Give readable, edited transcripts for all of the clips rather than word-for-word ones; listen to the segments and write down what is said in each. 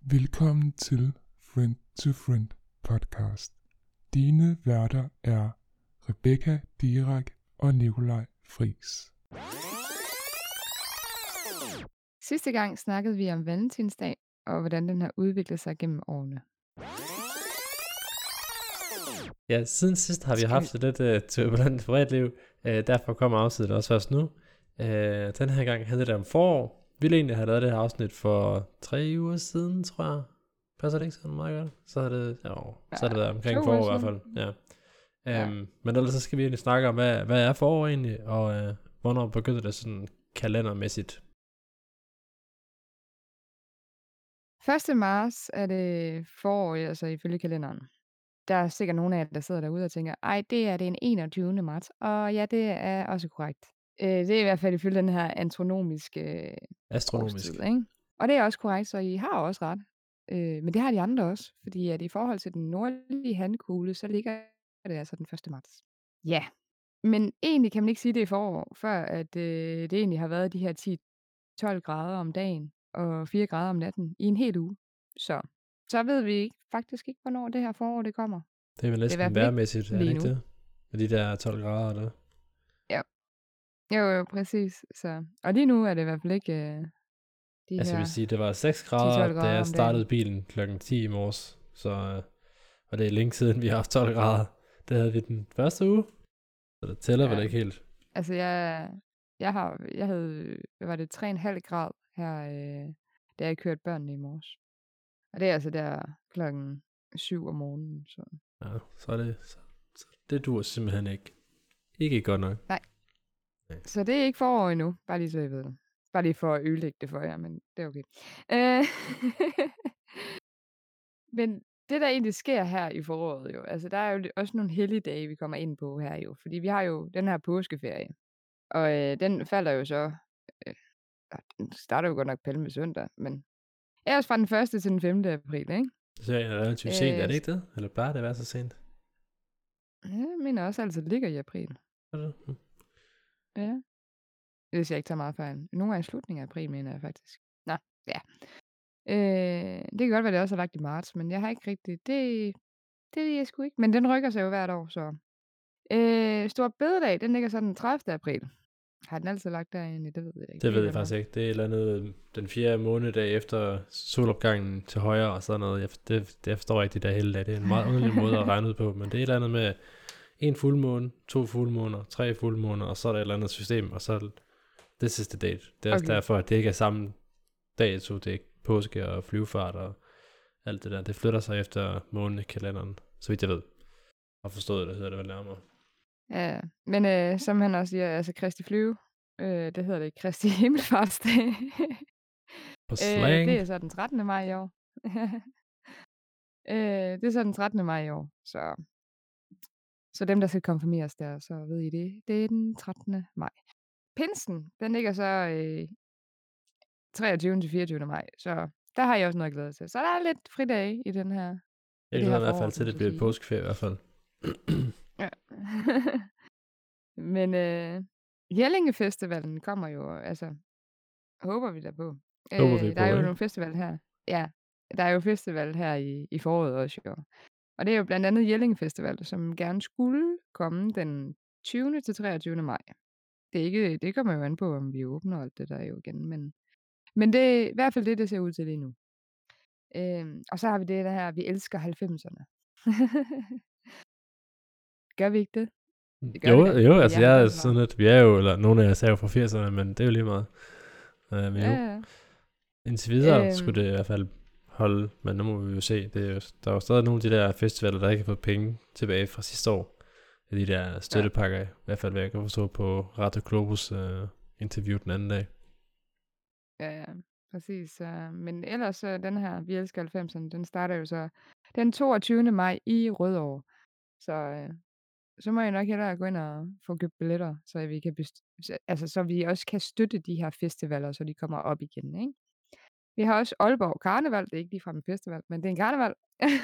Velkommen til Friend to Friend podcast. Dine værter er Rebecca Dirac og Nikolaj Friis. Sidste gang snakkede vi om valentinsdag, og hvordan den har udviklet sig gennem årene. Ja, siden sidst har vi Skal haft et lidt turbulent privatliv, derfor kommer afsnittet også først nu. Den her gang handler det om forår. Vi ville egentlig have lavet det her afsnit for 3 uger siden, tror jeg. Passer det ikke sådan meget godt? Så har det, så har det været omkring 2 forår uger i hvert fald. siden. Ja. Men ellers så skal vi egentlig snakke om, hvad er forår egentlig, og hvornår begynder det sådan kalendermæssigt. 1. marts er det forår, altså ifølge kalenderen. Der er sikkert nogle af jer, der sidder derude og tænker, ej, det er den 21. marts. Og ja, det er også korrekt. Det er i hvert fald ifølge den her astronomiske Astronomisk. årstid, ikke? Og det er også korrekt, så I har også ret. Men det har de andre også, fordi at i forhold til den nordlige halvkugle, så ligger det altså den 1. marts. Ja, men egentlig kan man ikke sige, det er forår, før at det egentlig har været de her 10-12 grader om dagen og 4 grader om natten i en hel uge. Så ved vi faktisk ikke, hvornår det her forår det kommer. Det er vel Det er i hvert næsten fald ikke værmæssigt, er det lige ikke nu. det? Med de der 12 grader der. Jo, præcis. Og lige nu er det i hvert fald ikke de Altså jeg vil her sige, det var 6 10-12 grader, da grader jeg om startede dagen. bilen klokken 10 i morges. Og det er længe siden, vi har haft 12 grader. Det havde vi den første uge. Så det tæller vel Ja, ikke helt. altså jeg havde, hvad var det, 3,5 grad her, da jeg kørte børnene i morges. Og det er altså der klokken 7 om morgenen. Så. Ja, så det duer simpelthen ikke. Ikke godt nok. Nej. Nej. Så det er ikke forår endnu, bare lige så I ved det. Bare lige for at ødelægge det for jer, men det er okay. Øh, men det, der egentlig sker her i foråret jo, altså der er jo også nogle helligdage, vi kommer ind på her jo, fordi vi har jo den her påskeferie, og den falder jo så, øh, den starter jo godt nok palmesøndag, men ellers fra den 1. til den 5. april, ikke? Så er det relativt sent, er det ikke det? Eller bare det at være så sent? Jeg mener også, altså det ligger i april. Er det? Ja. Hvis jeg ikke tager meget fejl. Nogle gange i slutningen af april, mener jeg faktisk. Nå, ja. Det kan godt være, det også er lagt i marts, men jeg har ikke rigtig... Det ved jeg sgu ikke. Men den rykker sig jo hvert år, så... Stor bededag, den ligger så den 30. april. Har den altid lagt derinde? Det ved jeg ikke. Det ved jeg faktisk ikke. Det er et eller andet den 4. månedag efter solopgangen til højre og sådan noget. Jeg forstår ikke de der hele dag. Det er en meget underlig måde at regne ud på, men det er et eller andet med 1 fuldmåne, 2 fuldmåner, 3 fuldmåner, og så er der et eller andet system, og så det sidste date. Det er også derfor, at det ikke er samme dato. Det er ikke påske og flyvefart og alt det der. Det flytter sig efter månekalenderen, så vidt jeg ved. Og forstået det, så er det vel nærmere. Ja, men som han også siger, altså Kristi Flyve, det hedder det Kristi Himmelfartsdag. På slang. Det er så den 13. maj i år. Det er så den 13. maj i år, så dem, der skal konfirmeres der, så ved I det. Det er den 13. maj. Pinsen, den ligger så 23. til 24. maj, så der har jeg også noget at glæde til. Så der er lidt fridage i den her. Jeg glæder mig i hvert fald til, at det bliver påskeferie i hvert fald. Ja. Men Jellinge-festivalen kommer jo, altså, håber vi da på. Håber vi på, der er jo ikke? nogle festival her. Ja, der er jo festival her i foråret også, jo. Og det er jo blandt andet Jelling Festival, som gerne skulle komme den 20. til 23. maj. Det kommer jo an på, om vi åbner alt det der jo igen, men det er i hvert fald det ser ud til lige nu. Og så har vi det der her, vi elsker 90'erne. Gør vi ikke det? Det gør vi da. Jo, altså Jeg har jeg er hørt sådan meget. lidt, vi er jo, eller nogle af os er jo fra 80'erne, men det er jo lige meget. Men jo, Ja. indtil videre Øhm. skulle det i hvert fald holde, men nu må vi jo se. Det er jo, der er jo stadig nogle af de der festivaler, der ikke har fået penge tilbage fra sidste år. De der støttepakker, i hvert fald hvad jeg kan forstå på Radio Globus interview den anden dag. Ja, præcis. Men ellers den her, vi elsker 90'erne, den starter jo så den 22. maj i Rødovre. Så må jeg nok hellere gå ind og få købt billetter, så vi kan så vi også kan støtte de her festivaler, så de kommer op igen, ikke? Vi har også Aalborg Karneval, det er ikke ligefrem en festival, men det er en karneval.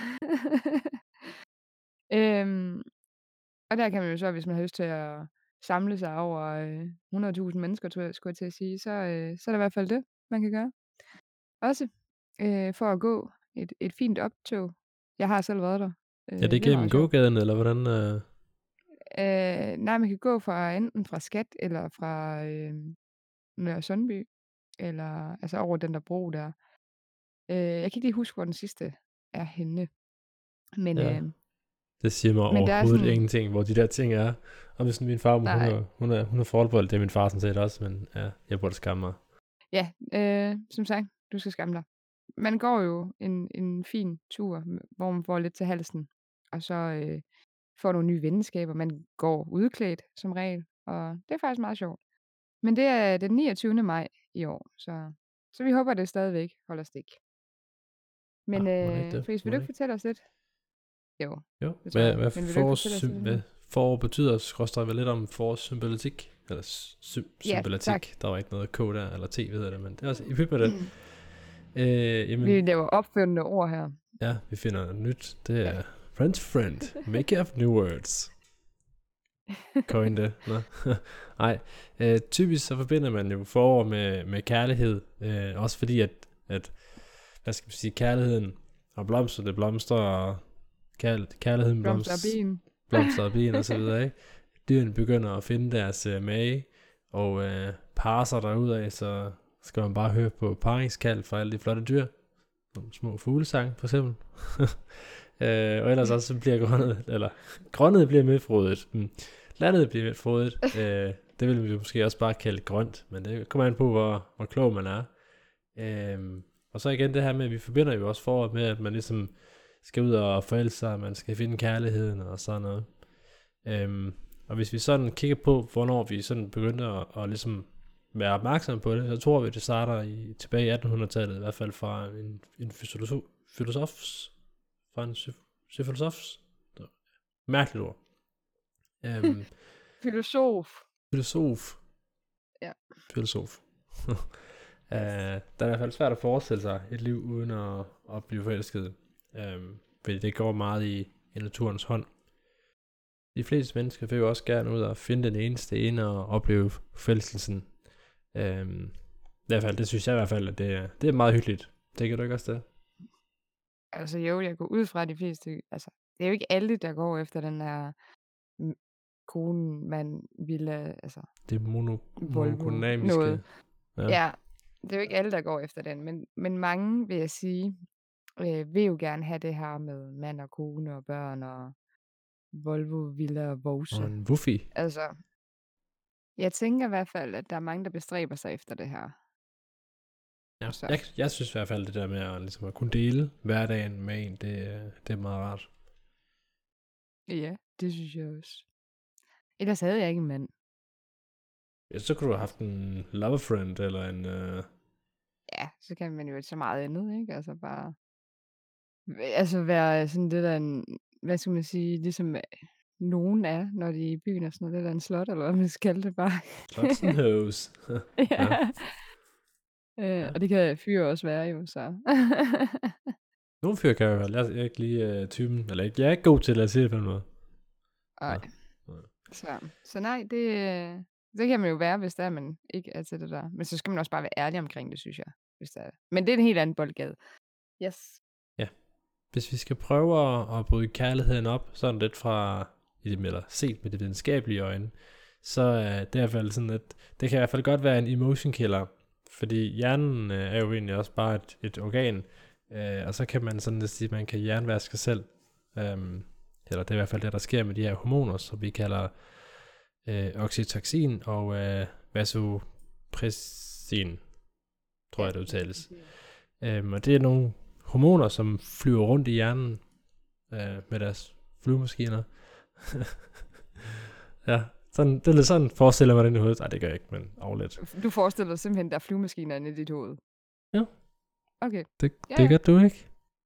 Og der kan man jo så, hvis man har lyst til at samle sig over 100.000 mennesker, skulle jeg til at sige, så er det i hvert fald det, man kan gøre. Også. for at gå et fint optog. Jeg har selv været der. Ja, det er Det er gennem meget sjovt. gågaden, eller hvordan? Nej, man kan gå enten fra Skat eller fra Nørre Sundby, eller altså over den der bro der. Jeg kan ikke lige huske, hvor den sidste er henne. Men, Ja, det siger mig men der er overhovedet sådan... ingenting, hvor de der ting er. Og hvis min far, Nej, hun er forholdbold, det er min far sådan set også, men ja, jeg burde skamme mig. ja, som sagt, du skal skamme dig. Man går jo en fin tur, hvor man får lidt til halsen, og så får nogle nye venskaber. Man går udklædt som regel, og det er faktisk meget sjovt. Men det er den 29. maj i år, så vi håber, det stadigvæk holder stik. Men Må det ikke det? Friis, vil Må du det ikke ikke? fortælle os lidt? Jo, Jo, det tror jeg. hvad Men vil du ikke fortælle os lidt? forår betyder, skråstrej vel lidt om forårssymbolitik, eller Ja, symbolitik, tak. der var ikke noget K der, eller T, ved jeg det, men det er også i pyt med det. Vi Jamen, laver opførende ord her. ja, vi finder noget nyt, det er friend, make up new words. Coin det, nå. Nej, typisk så forbinder man jo forår med kærlighed, også fordi at, hvad skal man sige, kærligheden og blomster, det blomstrer, og kærligheden Blomster og ben. blomster og ben og så videre, ikke? Dyrene begynder at finde deres mage, og parre sig derudad, så skal man bare høre på paringskald fra alle de flotte dyr. Nogle små fuglesang, for eksempel. Og ellers også så bliver grønnet bliver medfrodet. Landet bliver medfrodet. Det vil vi måske også bare kalde grønt, men det kommer an på, hvor klog man er. Og så igen det her med, at vi forbinder jo også foråret med, at man ligesom skal ud og forelske sig, man skal finde kærligheden og sådan noget. Og hvis vi sådan kigger på, hvornår vi sådan begynder at ligesom være opmærksom på det, så tror vi, det starter tilbage i 1800-tallet, i hvert fald fra en filosofs, mærkeligt ord. Filosof. Ja. Filosof. Der er i hvert fald svært at forestille sig et liv uden at blive forelsket. Fordi det går meget i naturens hånd. De fleste mennesker vil jo også gerne ud og finde den eneste ene og opleve forelskelsen. I hvert fald, det synes jeg i hvert fald, at det er meget hyggeligt. Tænker du ikke også det? Altså jo, jeg går ud fra de fleste. Altså, det er jo ikke alle, der går efter den her kone, man ville, altså... Det er monodynamiske. Noget. Ja, det er jo ikke alle, der går efter den, men mange, vil jeg sige, vil jo gerne have det her med mand og kone og børn og Volvo, villa og Vose. Og en Wuffy. Altså, jeg tænker i hvert fald, at der er mange, der bestræber sig efter det her. Ja, jeg synes i hvert fald, det der med at kunne dele hverdagen med en, det er meget rart. Ja, det synes jeg også. Ellers havde jeg ikke en mand. Ja, så kunne du have haft en lover friend, eller en... Ja, så kan man jo ikke så meget andet, ikke? Altså bare... Altså være sådan det der en... Hvad skal man sige? Ligesom nogen er, når de er i byen og sådan noget. Det der en slot, eller hvad man skal kalde det bare. Slots and hoes. Ja. Og det kan fyre også være jo, så... Nogle fyre kan jo være. Jeg er ikke lige typen, eller ikke. Jeg er ikke god til at sige det på en måde. Nej. Så nej, det kan man jo være, hvis der er, man ikke er til det der. Men så skal man også bare være ærlig omkring det, synes jeg. Hvis der er. Men det er en helt anden boldgade. Yes. Ja. Hvis vi skal prøve at bryde kærligheden op, sådan lidt fra, eller set med det videnskabelige øjne, så det er i hvert fald sådan, at det kan i hvert fald godt være en emotion killer. Fordi hjernen er jo egentlig også bare et organ, og så kan man sådan at sige, at man kan hjernvaske sig selv. Eller det er i hvert fald det, der sker med de her hormoner, som vi kalder oxytocin og vasopressin, tror jeg det udtales. Og det er nogle hormoner, som flyver rundt i hjernen med deres flyvemaskiner. Ja, sådan, det er lidt sådan, forestiller mig den i hovedet. Nej, det gør jeg ikke, men aflet. Du forestiller dig simpelthen, der er flyvemaskiner inde i dit hoved? Ja. Okay. Det gør du ikke?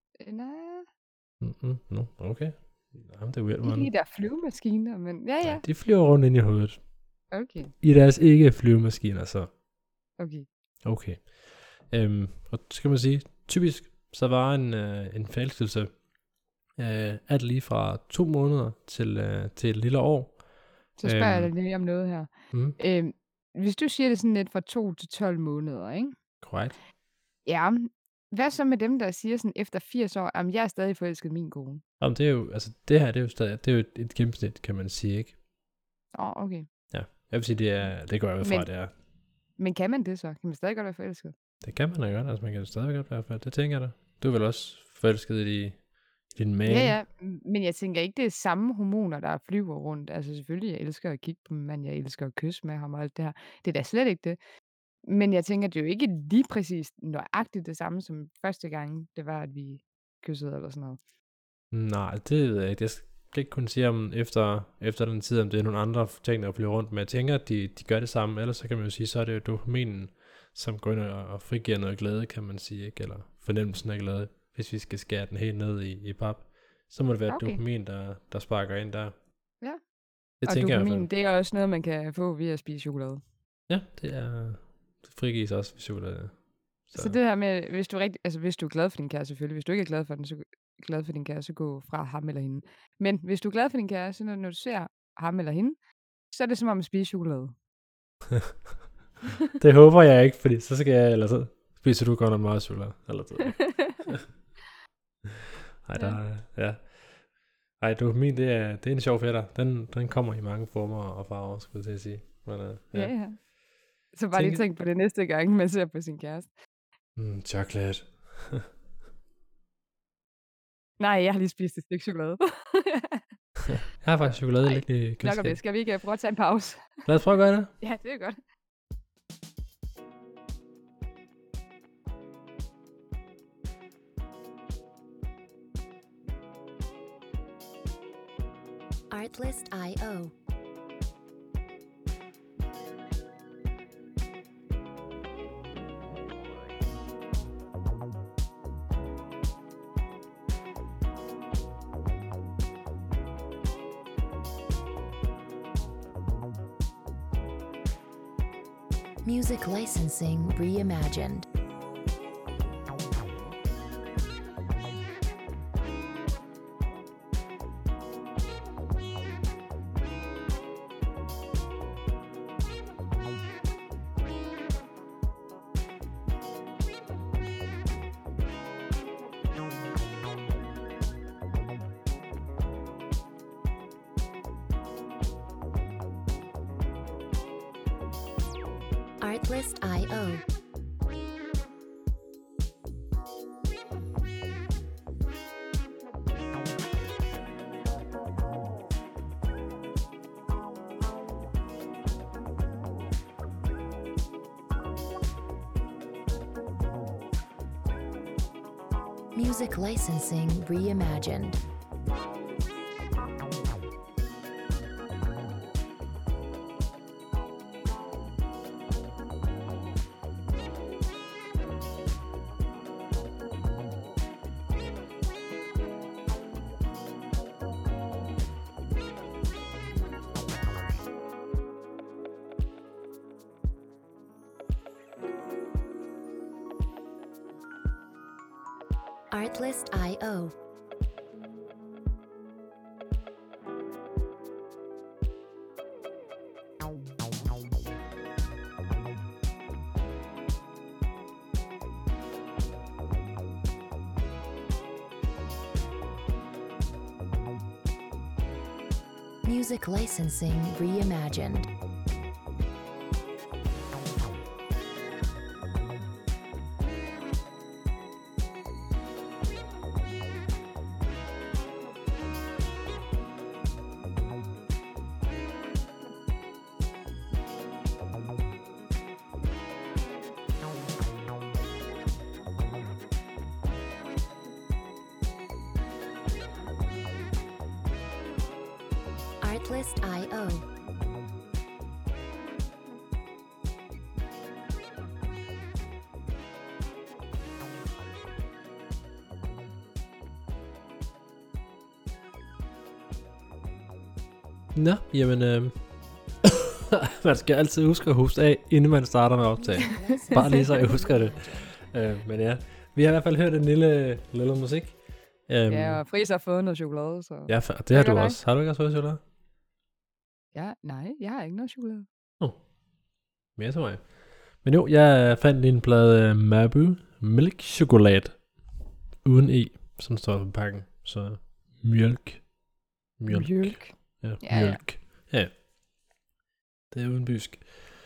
Nej. No, okay. Jamen, det er weird, man. Ikke der er flyvemaskiner, men ja. Ja, de flyver rundt ind i hovedet. Okay. I deres ikke flyvemaskiner, så. Okay. Og så kan man sige, typisk, så var en forelskelse alt lige fra 2 måneder til et lille år. Så spørger jeg dig lige om noget her. Hvis du siger det sådan lidt fra 2 til 12 måneder, ikke? Korrekt. Ja, Hvad så med dem, der siger sådan efter 80 år, jamen jeg er stadig forelsket i min kone? Jamen, det er jo, altså det her, det er jo stadig, det er jo et gennemsnit, kan man sige, ikke? Okay. Ja, jeg vil sige, det går jeg ud fra, Men- det er. Men kan man det så? Kan man stadig godt være forelsket? Det kan man da godt, altså man kan jo stadig godt være for det, tænker jeg da. Du er vel også forelsket i din man? Ja, men jeg tænker ikke, det er samme hormoner, der flyver rundt. Altså selvfølgelig, jeg elsker at kigge på min mand, jeg elsker at kysse med ham og alt det her. Det er da slet ikke det. Men jeg tænker, det er jo ikke lige præcis nøjagtigt det samme som første gang, det var, at vi kyssede eller sådan noget. Nej, det ved jeg ikke. Jeg skal ikke kunne sige om efter den tid, om det er nogle andre ting, der flyver rundt. Men jeg tænker, at de gør det samme. Ellers så kan man jo sige, så er det jo dopaminen, som går ind og frigiver noget glæde, kan man sige, ikke? Eller fornemmelsen af glæde, hvis vi skal skære den helt ned i pap. Så må det være dopamin, der sparker ind der. Ja. Det Og tænker jeg i hvert dopamin, fald. det er også noget, man kan få ved at spise chokolade. Ja, det frigives også ved chokolade. Så det her med, hvis du er glad for din kæreste selvfølgelig, hvis du ikke er glad for den, så glad for din kæreste, så gå fra ham eller hende. Men hvis du er glad for din kæreste, når du ser ham eller hende, så er det som om at spise chokolade. Det håber jeg ikke, fordi så skal jeg, eller så spiser du godt nok meget chokolade. Eller så. Ja. Ej, dopamin, det er en sjov fætter. Den kommer i mange former og farver, skulle jeg til at sige. Men, Ja. Så bare lige tænk på det næste gang, man ser på sin kæreste. Chokolade. Nej, jeg har lige spist et stykke chokolade. Jeg har faktisk chokolade lidt i Nok om det. køleskabet. Skal vi ikke prøve at tage en pause? Lad os prøve at gøre det. Ja, det er godt. Artlist.io. Music licensing reimagined. Artlist.io. Music licensing reimagined. Artlist.io. Music licensing reimagined. Artlist.io. Nå, jamen, man skal altid huske at huske af, inden man starter med optag. Bare lige så jeg husker det. Men ja, vi har i hvert fald hørt en lille musik. Ja, og Friis har fået noget chokolade, så... Ja, det har du Gør det også. Har du ikke også fået chokolade? Ja, nej, jeg har ikke noget chokolade. Mere til mig. Men jo, jeg fandt en plade Mabu mælkechokolade uden e, som står på pakken. Så mjølk. Mjølk. Ja, Ja, mjølk. Ja. Det er uden bysk.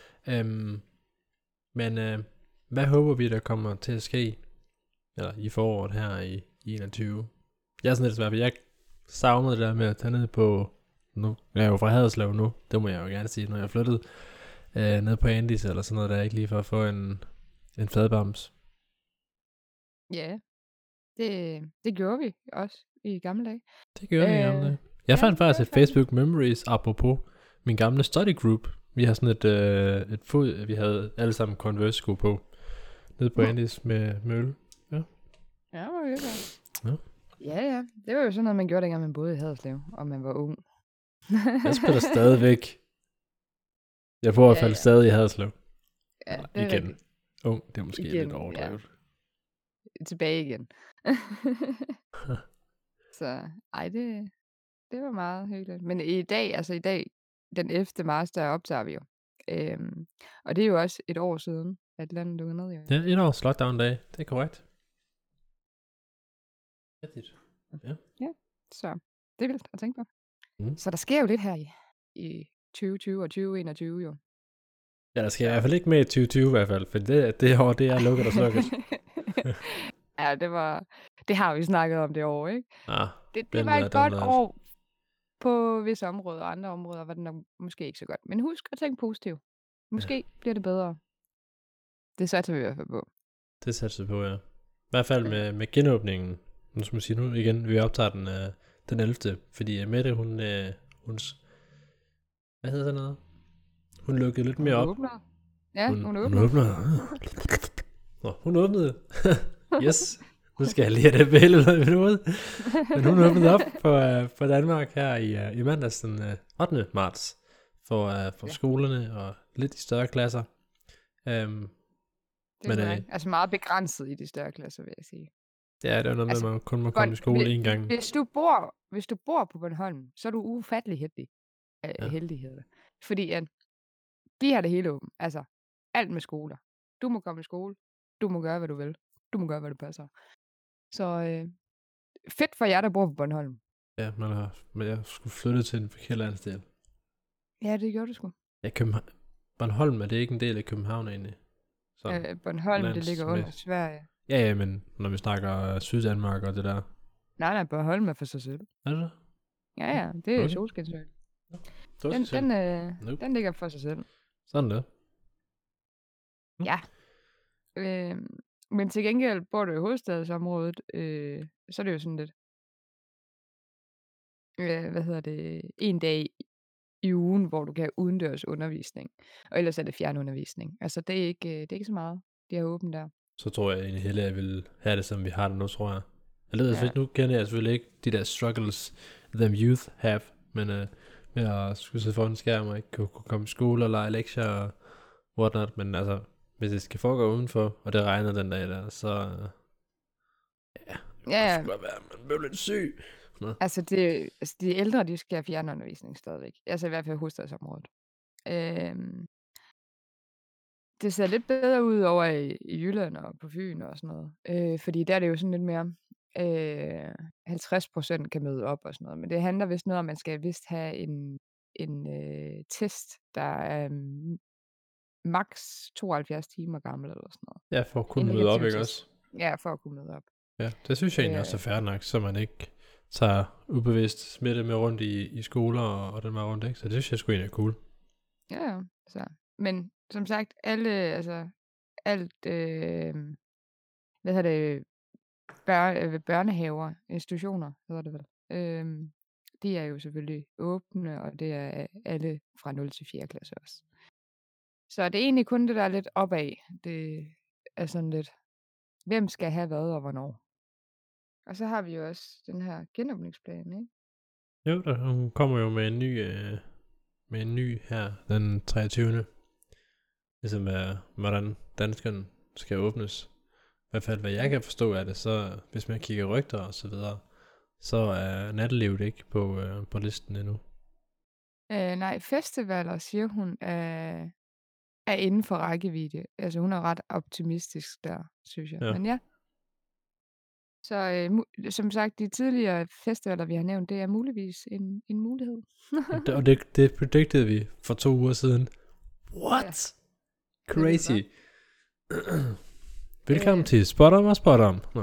Men hvad håber vi, der kommer til at ske eller i foråret her i 21? Jeg er sådan lidt svært, jeg savnede det der med at tage ned på, nu jeg er jo fra Haderslev nu, det må jeg jo gerne sige, når jeg er flyttet ned på Andis eller sådan noget der, ikke lige for at få en fadbams. Ja, det gjorde vi også i gamle dage. Det gør jeg gerne det. Jeg ja, fandt faktisk det et var Facebook Memories, apropos min gamle study group. Vi har sådan et fod, vi havde alle sammen Converse-sko på, nede på Andis med øl. Ja, hvor hyggeligt. Ja. Ja. Det var jo sådan noget, man gjorde, dengang man boede i Haderslev, og man var ung. Jeg spiller stadigvæk. Jeg bor i hvert fald stadig i Haderslev. Ja, Eller, det er igen. rigtigt. Ung, det er måske Igen, lidt overdrevet. Tilbage igen. Så, det var meget hyggeligt. Men i dag, den 11. marts, der optager vi jo. Og det er jo også et år siden, at landet lukkede ned, jo. Ja, et års lockdown-dag. Det er korrekt. Rigtigt. Så det er vildt at tænke på. Mm. Så der sker jo lidt her i 2020 og 2021 jo. Ja, der skal i hvert fald ikke med i 2020 i hvert fald, for det år, det er lukket og slukket. Ja, det har vi snakket om det år, ikke? Det var et godt år på visse områder, og andre områder var det nok måske ikke så godt. Men husk at tænke positivt. Måske bliver det bedre. Det satser vi i hvert fald på. Det satser vi på, ja. I hvert fald med genåbningen. Nu skal man sige nu igen, vi optager den 11. Fordi Mette, hun hvad hedder sådan noget? Hun lukkede lidt mere op. Åbner. Ja, hun åbner. Hun åbnede. Yes. Nu skal jeg lige have det billede med noget. Men hun åbnede op for Danmark her i mandags den 8. marts for skolerne og lidt i større klasser. Det er altså meget begrænset i de større klasser, vil jeg sige. Ja, det er noget med, at man kun må komme i skole én gang. Hvis du bor på Bornholm, så er du ufattelig heldig. Heldig hedder det. Fordi at de har det hele åbent. Altså, alt med skoler. Du må komme i skole. Du må gøre, hvad du vil. Du må gøre, hvad du passer. Så fedt for jer, der bor på Bornholm. Ja, men jeg skulle flytte til en helt anden sted. Ja, det gjorde du sgu. Ja, Bornholm, er det ikke en del af København egentlig? Bornholm, det ligger under Sverige. Ja, men når vi snakker Syddanmark og det der. Nej, Bornholm er for sig selv. Er det? Ja, det er Solskinsøen. Den ligger for sig selv. Sådan det. Ja. Men til gengæld bor du i hovedstadsområdet, så er det jo sådan lidt, en dag i ugen, hvor du kan have udendørs undervisning. Og ellers er det fjernundervisning. Altså, det er ikke så meget, de har åbent der. Så tror jeg egentlig heller, jeg vil have det, som vi har det nu, tror jeg. Jeg ved, nu kender jeg selvfølgelig ikke de der struggles, them youth have, men med at skulle sidde foran en skærm og ikke kunne komme i skole og lege lektier og whatnot, men altså, hvis det skal foregå udenfor, og det regner den dag der, så det skulle godt være, man bliver lidt syg. Altså, de ældre, de skal have fjernundervisning stadigvæk. Altså i hvert fald hovedstadsområdet. Det ser lidt bedre ud over i Jylland og på Fyn og sådan noget. Fordi der er det jo sådan lidt mere 50% kan møde op og sådan noget. Men det handler vist noget om, at man skal vist have en test, der er maks 72 timer gammel eller sådan noget. Ja, for at kunne møde op, ikke også? Ja, for at kunne møde op. Ja, det synes jeg egentlig også er fair nok, så man ikke tager ubevidst smitte med rundt i skoler og den var rundt, ikke? Så det synes jeg sgu egentlig er cool. Ja, så. Men som sagt, børnehaver, institutioner, hedder det vel, de er jo selvfølgelig åbne, og det er alle fra 0 til 4. klasse også. Så det er egentlig kun det, der er lidt opad. Det er sådan lidt, hvem skal have hvad og hvornår. Og så har vi jo også den her genåbningsplan, ikke? Jo, hun kommer jo med en ny her den 23. Ligesom hvordan danskerne skal åbnes. I hvert fald hvad jeg kan forstå af det, så hvis man kigger rygter og så videre, så er nattelivet ikke på listen endnu. Nej, festivaler, siger hun, er inden for rækkevidde. Altså, hun er ret optimistisk der, synes jeg. Ja. Men ja, så som sagt, de tidligere festivaler, vi har nævnt, det er muligvis en mulighed. Og det predicted vi for 2 uger siden. Ja, What? det er vildt, Crazy. hva'? Velkommen Øh, til Spot On og Spot On. Nå.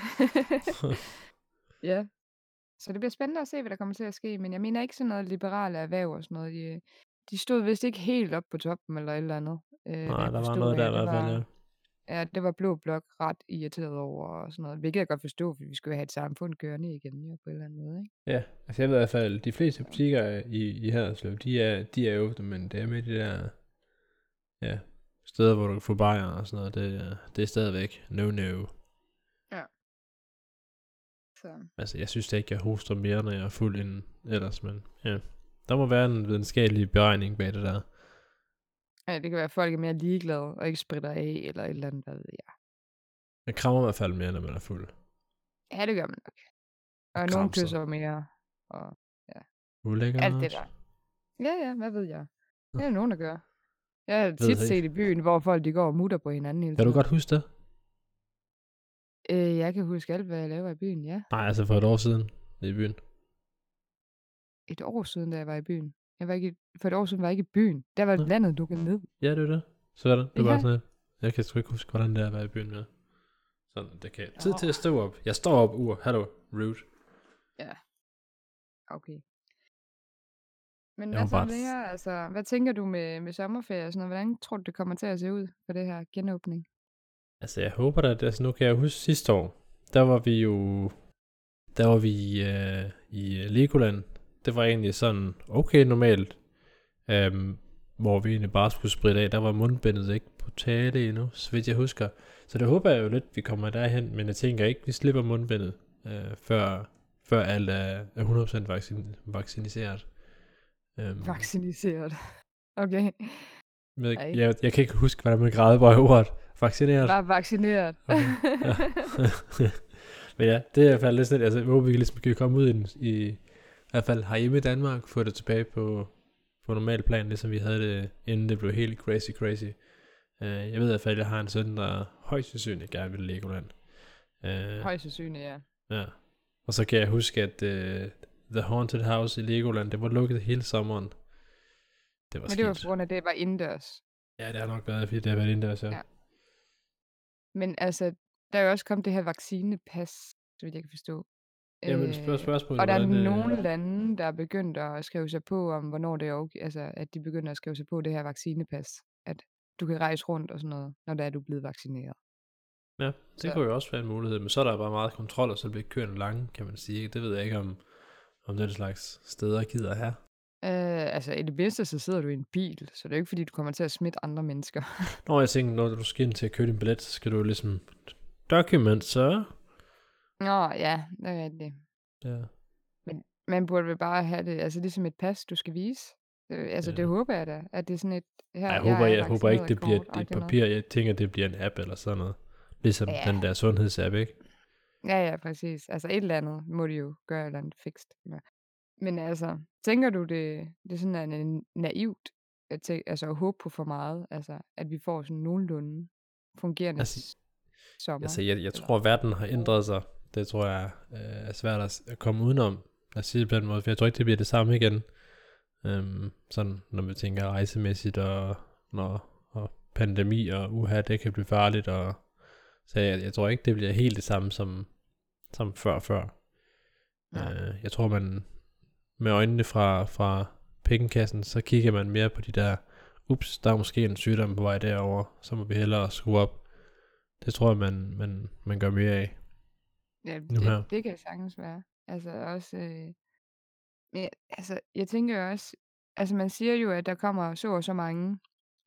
ja. Så det bliver spændende at se, hvad der kommer til at ske. Men jeg mener ikke sådan noget liberale erhverv og sådan noget. De stod vist ikke helt op på toppen eller et eller andet. Hvad Nej, jeg der var forstod noget der af. i hvert fald, ja. Det var Blå Blok ret irriteret over og sådan noget. Hvilket jeg godt forstår, fordi vi skulle have et samfund kørende igen jo, på en eller anden måde. Ikke? Ja, altså jeg ved i hvert fald, de fleste butikker i Haderslev, de er åbne, men det er med de der steder, hvor du kan få bajer og sådan noget, det er stadigvæk no. Ja. Så. Altså, jeg synes da ikke, jeg hoster mere, når jeg er fuld end ellers, men ja. Der må være en videnskabelig beregning bag det der. Ja, det kan være, at folk er mere ligeglade og ikke spritter af eller et eller andet, hvad ved jeg. Jeg krammer i hvert fald mere, når man er fuld. Ja, det gør man nok. Og nogen Kramser. kysser mere. Og Ulækkert. alt det der. Ja, hvad ved jeg. Det er der nogen, der gør. Jeg har Ved tit ikke. set i byen, hvor folk de går og mutter på hinanden hele Kan du tiden. godt huske det? Jeg kan huske alt, hvad jeg laver i byen, ja. Nej, altså for et år siden i byen. Et år siden, da jeg var i byen. For et år siden var jeg ikke i byen. Der var Nå. landet lukket ned. Ja, det er det. Så er det. Det var Ja. sådan, jeg kan sgu ikke huske, hvordan det er at være i byen med. Sådan, det kan tid til at stå op. Jeg står op, Hallo, rude. Ja. Okay. Men Jeg var hvad så bare- mere? Altså, hvad tænker du med sommerferie og sådan noget? Hvordan tror du, det kommer til at se ud for det her genåbning? Altså, jeg håber da, altså nu kan jeg huske sidste år, der var vi i Legoland. Det var egentlig sådan okay normalt, hvor vi egentlig bare skulle spritte af. Der var mundbindet ikke på tale endnu, så vidt jeg husker. Så det håber jeg jo lidt, vi kommer derhen, men jeg tænker ikke, vi slipper mundbindet, før alt er 100% vacciniseret. Vacciniseret. Okay. Ej. Jeg kan ikke huske, hvordan man græder på ordet. Vaccineret. Bare vaccineret. Okay, ja. Men ja, det er i hvert fald lidt sådan, altså jeg håber, vi ligesom kan komme ud i hvert fald herhjemme i Danmark, få det tilbage på normal plan, ligesom vi havde det, inden det blev helt crazy. Jeg ved i hvert fald, at jeg har en søn, der højst sandsynligt gerne vil Legoland. Højst sandsynligt, ja. Ja. Og så kan jeg huske, at The Haunted House i Legoland, det var lukket hele sommeren. Det var Men det var skidt. på grund af, at det var indendørs. Ja, det har nok været, fordi det har været indendørs, ja. Ja. Men altså, der er jo også kommet det her vaccinepas, så vidt jeg kan forstå. Jamen, spørgsmålet, Og der er hvordan det- nogle lande, der er begyndt at skrive sig på, om hvornår det er okay, altså at de begynder at skrive sig på det her vaccinepas. At du kan rejse rundt og sådan noget, når det er, du er blevet vaccineret. Ja, det Så- kunne jo også være en mulighed, men så er der bare meget kontrol, og så bliver kørende lange, kan man sige. Det ved jeg ikke, om den slags steder gider her. Altså i det bedste, så sidder du i en bil, så det er jo ikke fordi, du kommer til at smitte andre mennesker. Når jeg tænker, når du skal ind til at købe din billet, så skal du ligesom document, så... Nå ja, det er det. Ja. Men man burde vel bare have det, altså ligesom et pas, du skal vise. Altså Ja. det håber jeg da, at det er sådan et... Her, Jeg håber ikke, vaccineret det bliver kort, et agtigt noget. papir. Jeg tænker, det bliver en app eller sådan noget. Ligesom Ja. den der sundhedsapp, ikke? Ja, præcis. Altså et eller andet må de jo gøre et eller andet fikst. Men altså, tænker du, det er sådan naivt altså at håbe på for meget? Altså, at vi får sådan nogenlunde fungerende Altså, sommer? Altså, jeg tror, verden har ændret sig. Det tror jeg er svært at komme udenom. Lad os sige det på den måde, for jeg tror ikke, det bliver det samme igen. Sådan, når vi tænker rejsemæssigt, og pandemi og det kan blive farligt. Så jeg tror ikke, det bliver helt det samme som før. Nej. Jeg tror, man med øjnene fra pengekassen, så kigger man mere på de der, der er måske en sygdom på vej derover, så må vi hellere skrue op. Det tror jeg, man gør mere af. Ja, nu her. det kan sagtens være. Altså også... jeg tænker jo også... Altså man siger jo, at der kommer så og så mange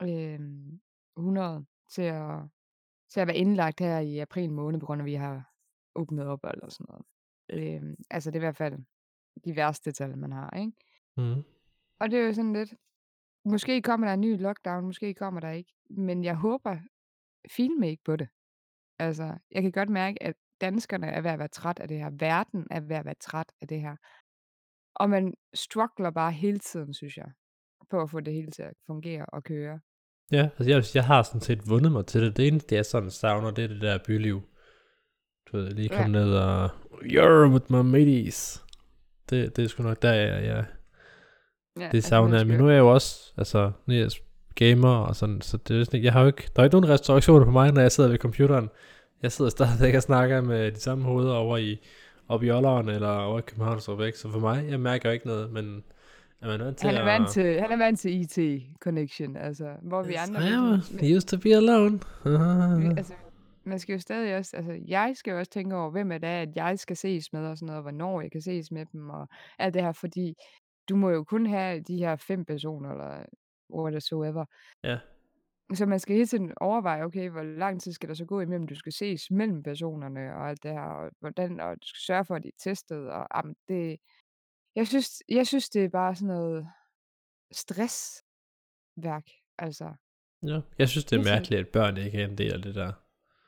100 til at være indlagt her i april måned, på grund af, at vi har åbnet op eller sådan noget. Altså det er i hvert fald de værste tal, man har, ikke? Mm. Og det er jo sådan lidt... Måske kommer der en ny lockdown, måske kommer der ikke. Men jeg håber filme ikke på det. Altså, jeg kan godt mærke, at danskerne er ved at være træt af det her. Verden er ved at være træt af det her. Og man struggler bare hele tiden, synes jeg, på at få det hele til at fungere og køre. Ja, altså jeg har sådan set vundet mig til det. Det eneste, jeg sådan savner, det er det der byliv. Du ved, lige komme ned og... You're with my mateys. Det er sgu nok der, Ja, det savner jeg. Men nu er jeg jo også, altså, nu er jeg gamer og sådan, så det er sådan, jeg har jo ikke, der er ikke nogen restaurationer på mig, når jeg sidder ved computeren. Jeg sidder stadigvæk og snakker med de samme hoveder oppe i Olderen eller over i København, så for mig, jeg mærker jo ikke noget, men er man nødt til han er vant til IT-connection, altså, hvor vi andre... I used to be alone. Altså, man skal jo stadig også, altså, jeg skal jo også tænke over, hvem er det, at jeg skal ses med, og sådan noget, hvornår jeg kan ses med dem, og alt det her, fordi du må jo kun have de her 5 personer, eller whatsoever. Ja. Så man skal hele tiden overveje, okay, hvor lang tid skal der så gå imellem, du skal ses mellem personerne, og alt det her, og hvordan, og du skal sørge for, at de er testet, og det... Jeg synes, det er bare sådan noget stressværk, altså. Ja, jeg synes, det er Hele tiden. mærkeligt, at børn ikke er en del af det der.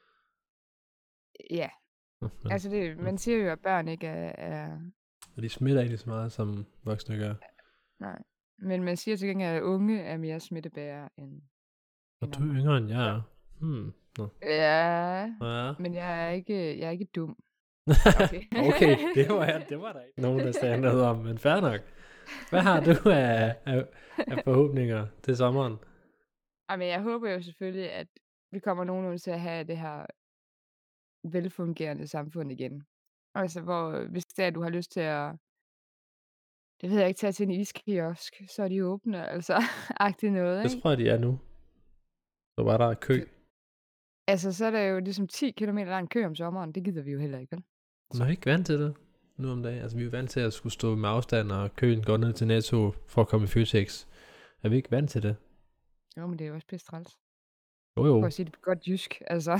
Ja, Men, altså man siger jo, at børn ikke er... og de smitter ikke så meget, som voksne gør. Nej, men man siger til gengæld, at unge er mere smittebærere end... Og du er yngre end jeg er. Nå. Ja, Ja. men jeg er ikke dum. Okay. Okay, det var der ikke nogen, der sagde noget om, men fair nok. Hvad har du af forhåbninger til sommeren? Men jeg håber jo selvfølgelig, at vi kommer nogenlunde til at have det her velfungerende samfund igen. Altså, hvor hvis det er, at du har lyst til at, det ved jeg ikke, tage til en iskiosk, så er de åbne, altså, agtigt noget, Det ikke? tror jeg, de er nu. Så var der kø. Altså, så er der jo ligesom 10 kilometer lang kø om sommeren, det gider vi jo heller ikke, vel? Man er ikke vant til det nu om dagen. Altså, vi er vant til at skulle stå med afstand, og køen går ned til Netto for at komme i Føtex. Er vi ikke vant til det? Jo, men det er jo også pisse træls. Jo. For at sige det på godt jysk, altså.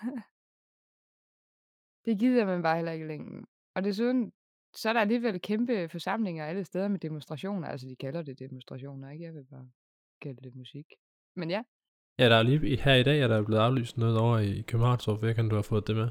Det gider man bare heller ikke længden. Og desuden, så er der alligevel kæmpe forsamlinger alle steder med demonstrationer. Altså, de kalder det demonstrationer, ikke? Jeg vil bare kalde det musik. Men ja. Ja, der er lige her i dag, er der blevet aflyst noget over i København, hvad kan du have fået det med?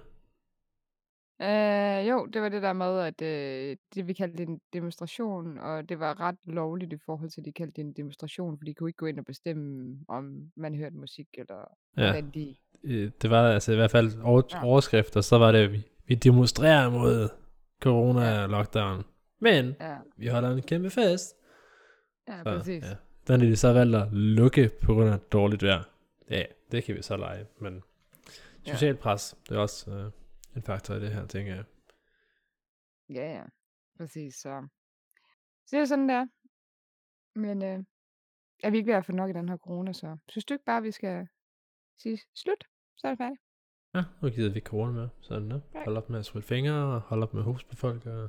Jo, det var det der med, at det vi kaldte en demonstration, og det var ret lovligt i forhold til, at de kaldte det en demonstration, for de kunne ikke gå ind og bestemme, om man hørte musik, eller hvordan de... Det var altså i hvert fald overskrifter, så var det, vi demonstrerer mod corona-lockdown. Men vi holder en kæmpe fest. Ja, så, præcis. Ja. Den er de så valgt at lukke på grund af dårligt vejr. Ja, det kan vi så lege, men socialt pres, det er også en faktor i det her, tænker jeg. Ja, præcis. Så det er sådan der. Men er vi ikke ved at få nok i den her corona, så synes du ikke bare, vi skal sige slut? Så er det færdigt. Ja, nu gider vi ikke corona med. Sådan der. Hold op med at spritte fingre, og hold op med hus på folk. Og...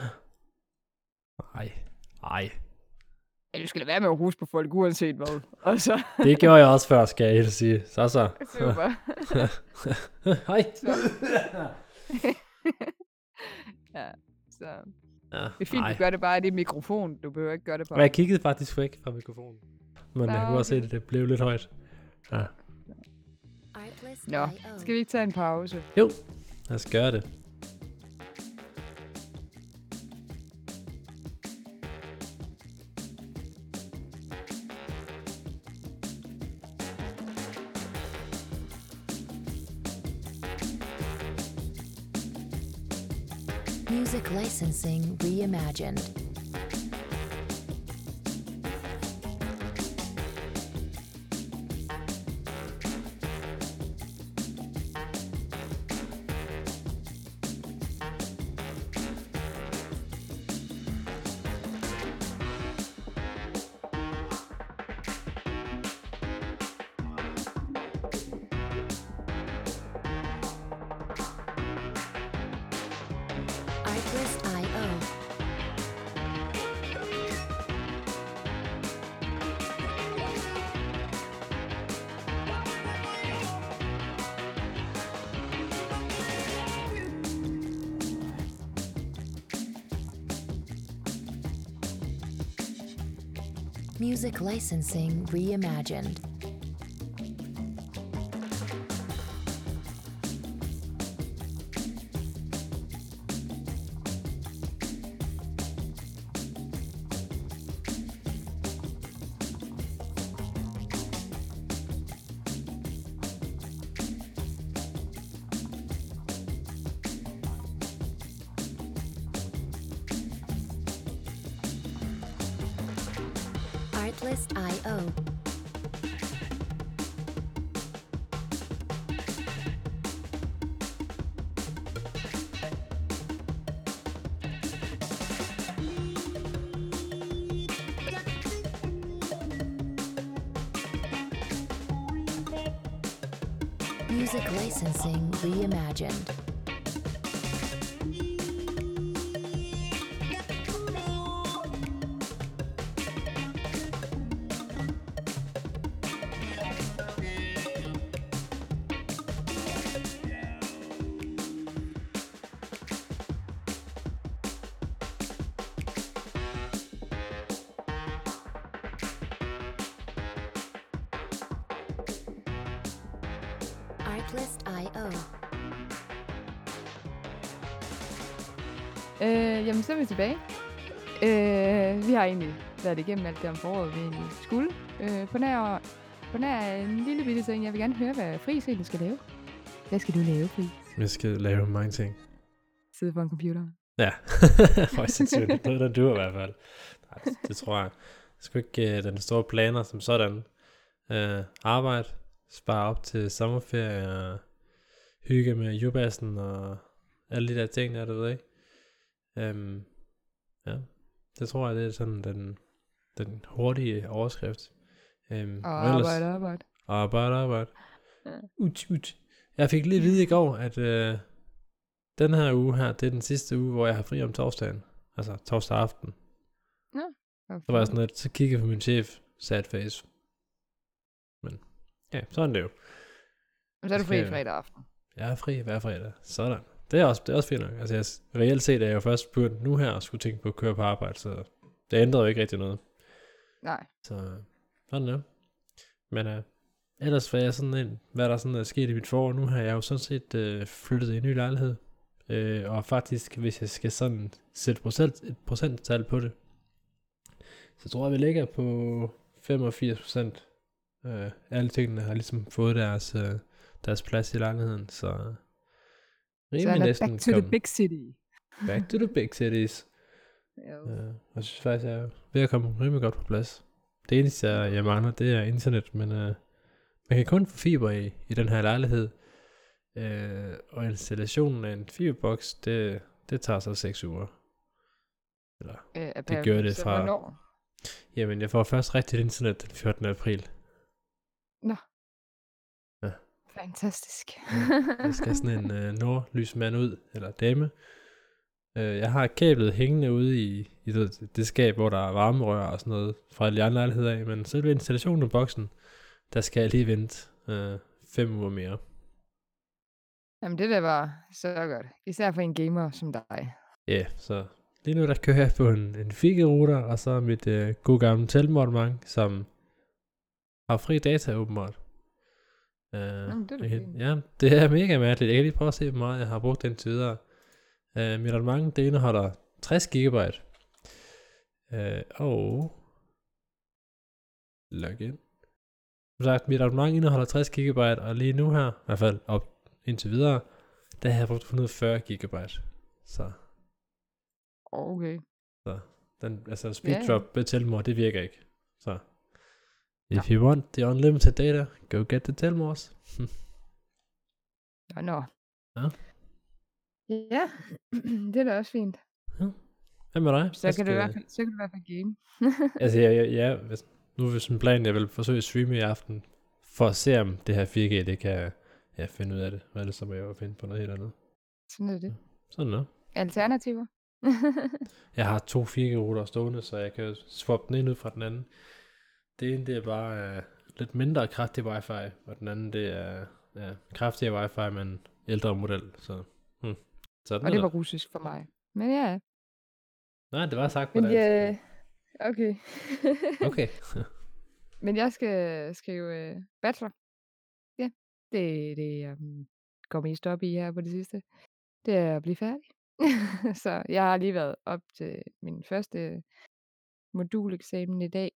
Ej. Ja, du skal lade være med at huske på folk, uanset hvad. Altså. Det gjorde jeg også før, skal jeg helt sige. Så. Super. Hej. Ja, så... Ja, det er fint, du gør det bare i din mikrofon. Du behøver ikke gøre det på. Og jeg kiggede faktisk væk fra mikrofonen. Men jeg kunne også se, at det blev lidt højt. Ja. Nå, skal vi ikke tage en pause? Jo, lad os gøre det. Music licensing reimagined. Artlist.io. Music licensing reimagined. Artlist.io. Music licensing reimagined. Artlist.io. Jamen, så er vi tilbage. Vi har egentlig været igennem alt det om foråret, vi egentlig skulle. På nær en lille bitte ting. Jeg vil gerne høre, hvad Friis egentlig skal lave. Hvad skal du lave, Friis? Jeg skal lave mange ting. Sidde for en computer. Ja, højst sandsynligt. Noget, der duer i hvert fald. Nej, det tror jeg. Jeg skal ikke den store planer som sådan. Arbejde, spare op til sommerferie, og hygge med jubassen og alle de der ting, der du ved ikke. Ja, det tror jeg, det er sådan den hurtige overskrift. Og arbejde. Arbejde. Ja. Ut. Jeg fik lige at vide i går, at den her uge her, det er den sidste uge, hvor jeg har fri om torsdagen. Altså torsdag aften. Så var jeg sådan lidt, så kiggede jeg på min chef, sad face. Men ja, sådan er det jo. Og så er du fri fredag aften. Jeg er fri hver fredag. Sådan. Det er også fint nok. Altså reelt set er jeg jo først begyndt nu her og skulle tænke på at køre på arbejde, så det ændrer jo ikke rigtig noget. Nej. Så sådan er det. Men ellers hvad der sådan er sket i mit forår nu her, jeg har jo sådan set flyttet i en ny lejlighed. Og faktisk, hvis jeg skal sådan sætte et procenttal på det, så tror jeg, vi ligger på 85%. Alle tingene har ligesom fået deres plads i lejligheden, så rimelig næsten back to the big city. Back to the big cities. Og jeg synes faktisk, jeg er ved at komme rimelig godt på plads. Det eneste, jeg mangler, det er internet, men man kan kun få fiber i den her lejlighed. Og installationen af en fiberbox, det tager så 6 uger. Eller, det gør det fra... Hvornår? Jamen, jeg får først rigtigt internet den 14. april. Nå. Ja. Fantastisk. Der skal sådan en nordlysmand ud, eller dame. Jeg har kablet hængende ude i det skab, hvor der er varmerør og sådan noget fra alle de andre lejligheder af, men selve installationen af boksen, der skal jeg lige vente 5 uger mere. Jamen det der var så godt. Især for en gamer som dig. Ja, så lige nu der kører jeg på en Figge-router, og så mit gode gamle telmortement, som har fri data åbenbart. Jamen, det er fint. Ja, det er mega mærkeligt. Jeg kan lige prøve at se, hvor meget jeg har brugt den til videre. Mit abonnement, det indeholder 60 GB. Og login. Som sagt, mit abonnement indeholder 60 GB, og lige nu her, i hvert fald op indtil videre, der har jeg brugt 140 GB. Så. Okay. Så den, altså speed drop med Telmore, det virker ikke. Så. If you want the unlimited data, go get the Telmores. Nå. Ja. Ja, det er da også fint. Ja. Hvad med dig? Så kan du i hvert fald game. Altså, nu er det sådan en plan, jeg vil forsøge at streame i aften, for at se, om det her 4G, det kan finde ud af det. Ellers så må jeg jo finde på noget helt andet. Sådan er det. Sådan er. Alternativer? Jeg har 2 4G-router stående, så jeg kan swappe den ene ud fra den anden. Det ene, det er bare lidt mindre kraftig wifi, og den anden, det er kraftigere wifi, men ældre model. Så, sådan og det var russisk for mig. Men ja. Nej, det var sagt på dansk. Ja, okay. Okay. Men jeg skal skrive bachelor. Ja, det jeg går mest op i her på det sidste. Det er at blive færdig. Så jeg har lige været op til min første moduleksamen i dag.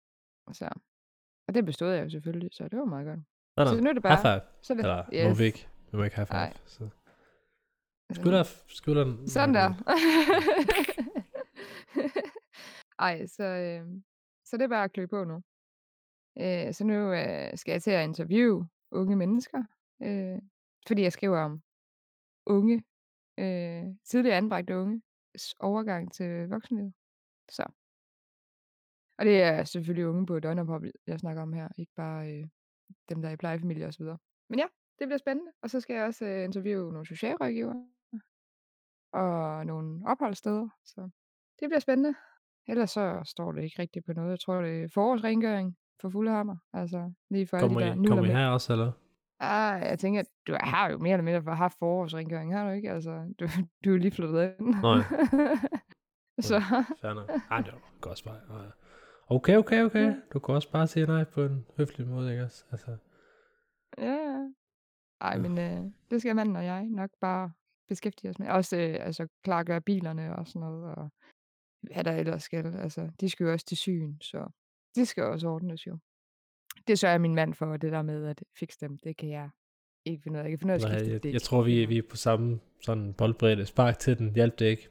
Og det bestod jeg jo selvfølgelig, så det var meget godt. Så nu er det bare... High five. Så det, eller yes. må vi ikke. Vi må ikke high five. Nej. Så. Skulder. Sådan der. Ej, så Så det er bare at klø på nu. Så nu skal jeg til at interviewe unge mennesker, fordi jeg skriver om unge, tidligere anbragte unges overgang til voksenlivet. Så. Og det er selvfølgelig unge på døgnophold, jeg snakker om her, ikke bare dem, der er i plejefamilie osv. Men ja, det bliver spændende. Og så skal jeg også interviewe nogle socialrådgivere og nogle opholdssteder. Så det bliver spændende. Ellers så står det ikke rigtigt på noget. Jeg tror, det er forårsrengøring for fulde hammer. Altså lige for alle de der Kommer I nuller med. her også, eller? Jeg tænker, at du har jo mere eller mindre haft forårsrengøring, har du ikke? Altså, du er jo lige flyttet ind. Nej. Så. Fair nok. Ej, det var godt svar. Okay. Du kan også bare sige nej på en høflig måde, ikke også? Altså. Ja. Ej, men det skal manden og jeg nok bare beskæftige os med. Også altså klargøre bilerne og sådan noget, og hvad der ellers skal. Altså, de skal jo også til syn, så det skal også ordnes jo. Det sørger min mand for, det der med at fikse dem. Det kan jeg ikke finde ud af. Jeg kan finde ud af at skifte dæk. Jeg tror, vi er på samme sådan boldbredde. Spark til den. Hjælp det ikke.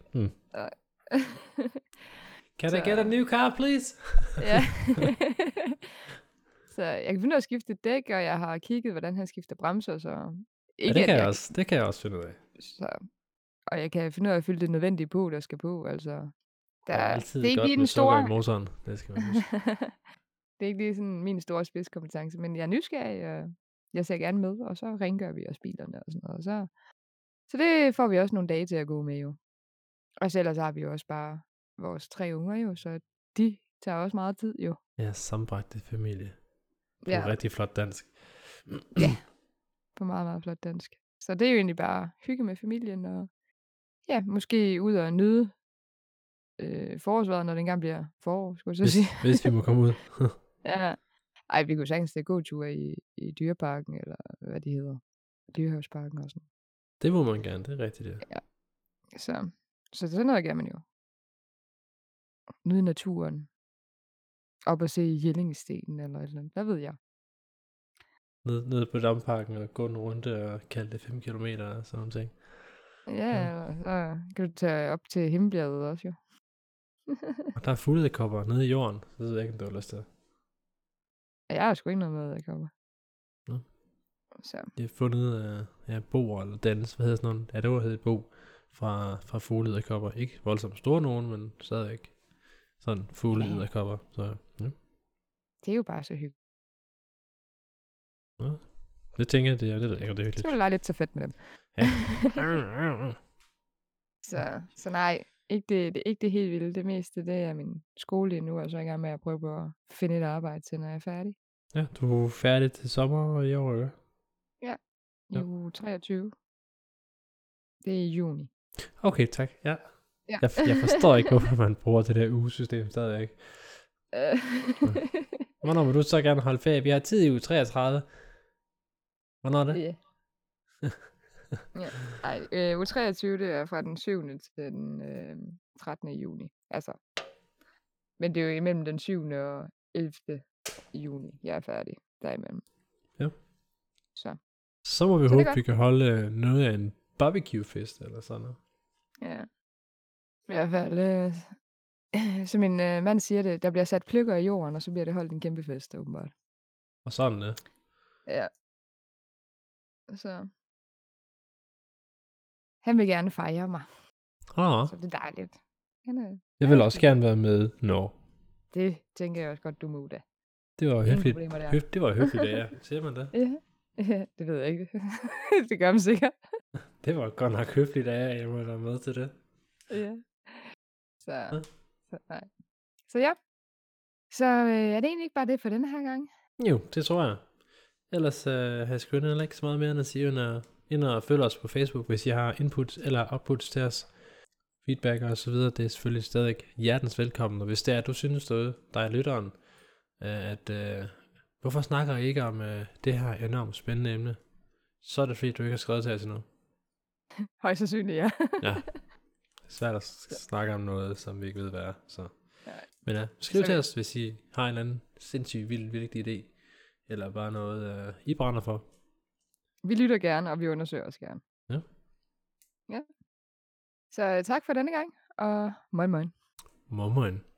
Can I get a new car, please? Ja. Så jeg kan finde ud af at skifte dæk, og jeg har kigget, hvordan han skifter bremser, så ikke det kan jeg også finde ud af. Så, og jeg kan finde ud af at fylde det nødvendige på, der skal på. Altså, det er altid det er ikke godt lige med den store i motoren. Det skal man huske. det er ikke lige sådan min store spidskompetence, men jeg er nysgerrig, og jeg ser gerne med, og så rengør vi også bilerne og sådan noget. Så det får vi også nogle dage til at gå med jo. Og så ellers har vi jo også bare vores 3 unger jo, så de tager også meget tid jo. Ja, sammenbragte familie. På Ja. rigtig flot dansk. Ja, på meget, meget flot dansk. Så det er jo egentlig bare hygge med familien, og ja, måske ud og nyde forårsvejret, når det engang bliver forår, skulle jeg så sige. Hvis vi må komme ud. Ja. Ej, vi kunne sagtens tage gåture i dyreparken, eller hvad de hedder. Dyrehavsparken og sådan. Det må man gerne, det er rigtigt det. Ja. Så sådan noget gør man jo. Nyde naturen. Op og se Jellingstenen eller et eller andet. Hvad ved jeg? Nede på Damparken og gå en runde og kalde det 5 kilometer og sådan nogle ting. Ja, eller så kan du tage op til Himmelbjerget også jo. Og der er fuglekopper nede i jorden, så ved jeg ikke, om du har lyst til. Jeg har sgu ikke noget med, at komme. Nå. Så. Jeg har fundet Bo eller Dans, hvad hedder sådan noget? Ja, det var hedder Bo fra fuglederkopper. Ikke voldsomt store nogen, men stadigvæk sådan fuglederkopper. Så ja. Det er jo bare så hyggeligt. Ja. Det tænker jeg, det ved jeg ikke, det er hyggeligt. Så vil du lege lidt så fedt med dem. Ja. Så nej, ikke det helt vilde. Det meste, det er min skole nu, og så er jeg i gang med at prøve på at finde et arbejde til, når jeg er færdig. Ja, du er færdig til sommer i år, ikke? Ja, Ja. i uge 23. Det er i juni. Okay, tak. Ja. Ja. Jeg forstår ikke, hvorfor man bruger det der ugesystem stadigvæk. Hvornår vil du så gerne holde ferie? Vi har tid i uge 33. Hvornår er det? Ja. Ja. Uge 23, det er fra den 7. til den 13. juni. Altså. Men det er jo imellem den 7. og 11. juni, jeg er færdig derimellem. Ja. Så må vi Så det er håbe, godt. vi kan holde noget af en barbecue-fest eller sådan noget. ja. I hvert fald, som min mand siger det, der bliver sat pløkker i jorden, og så bliver det holdt en kæmpe fest, åbenbart. Og sådan det. Ja. Så. Han vil gerne fejre mig, så det er dejligt. Jeg vil også gerne være med. Det tænker jeg også godt, du må da. Det var Ingen høfligt. problemer der. Det var høfligt, ja. Siger man det? Ja, det ved jeg ikke. Det gør man sikkert. Det var godt nok høfligt af jer, jeg må være med til det. Ja. Så nej. Så ja. Så er det egentlig ikke bare det for denne her gang? Jo, det tror jeg. Ellers har jeg sgu heller ikke så meget mere end at sige, ind og følge os på Facebook, hvis I har inputs eller outputs til os. Feedback og så videre, det er selvfølgelig stadig hjertens velkommen. Og hvis det er, at du synes derude, der er lytteren, at hvorfor snakker I ikke om det her enormt spændende emne, så er det fordi, du ikke har skrevet til os endnu. Højst sandsynligt, ja. Ja. Det er svært at snakke om noget, som vi ikke ved, hvad er. Så. Nej. Men ja, skriv Så til vi- os, hvis I har en eller anden sindssygt vigtig idé, eller bare noget, I brænder for. Vi lytter gerne, og vi undersøger også gerne. Ja. Ja. Så tak for denne gang, og moin moin. Moin.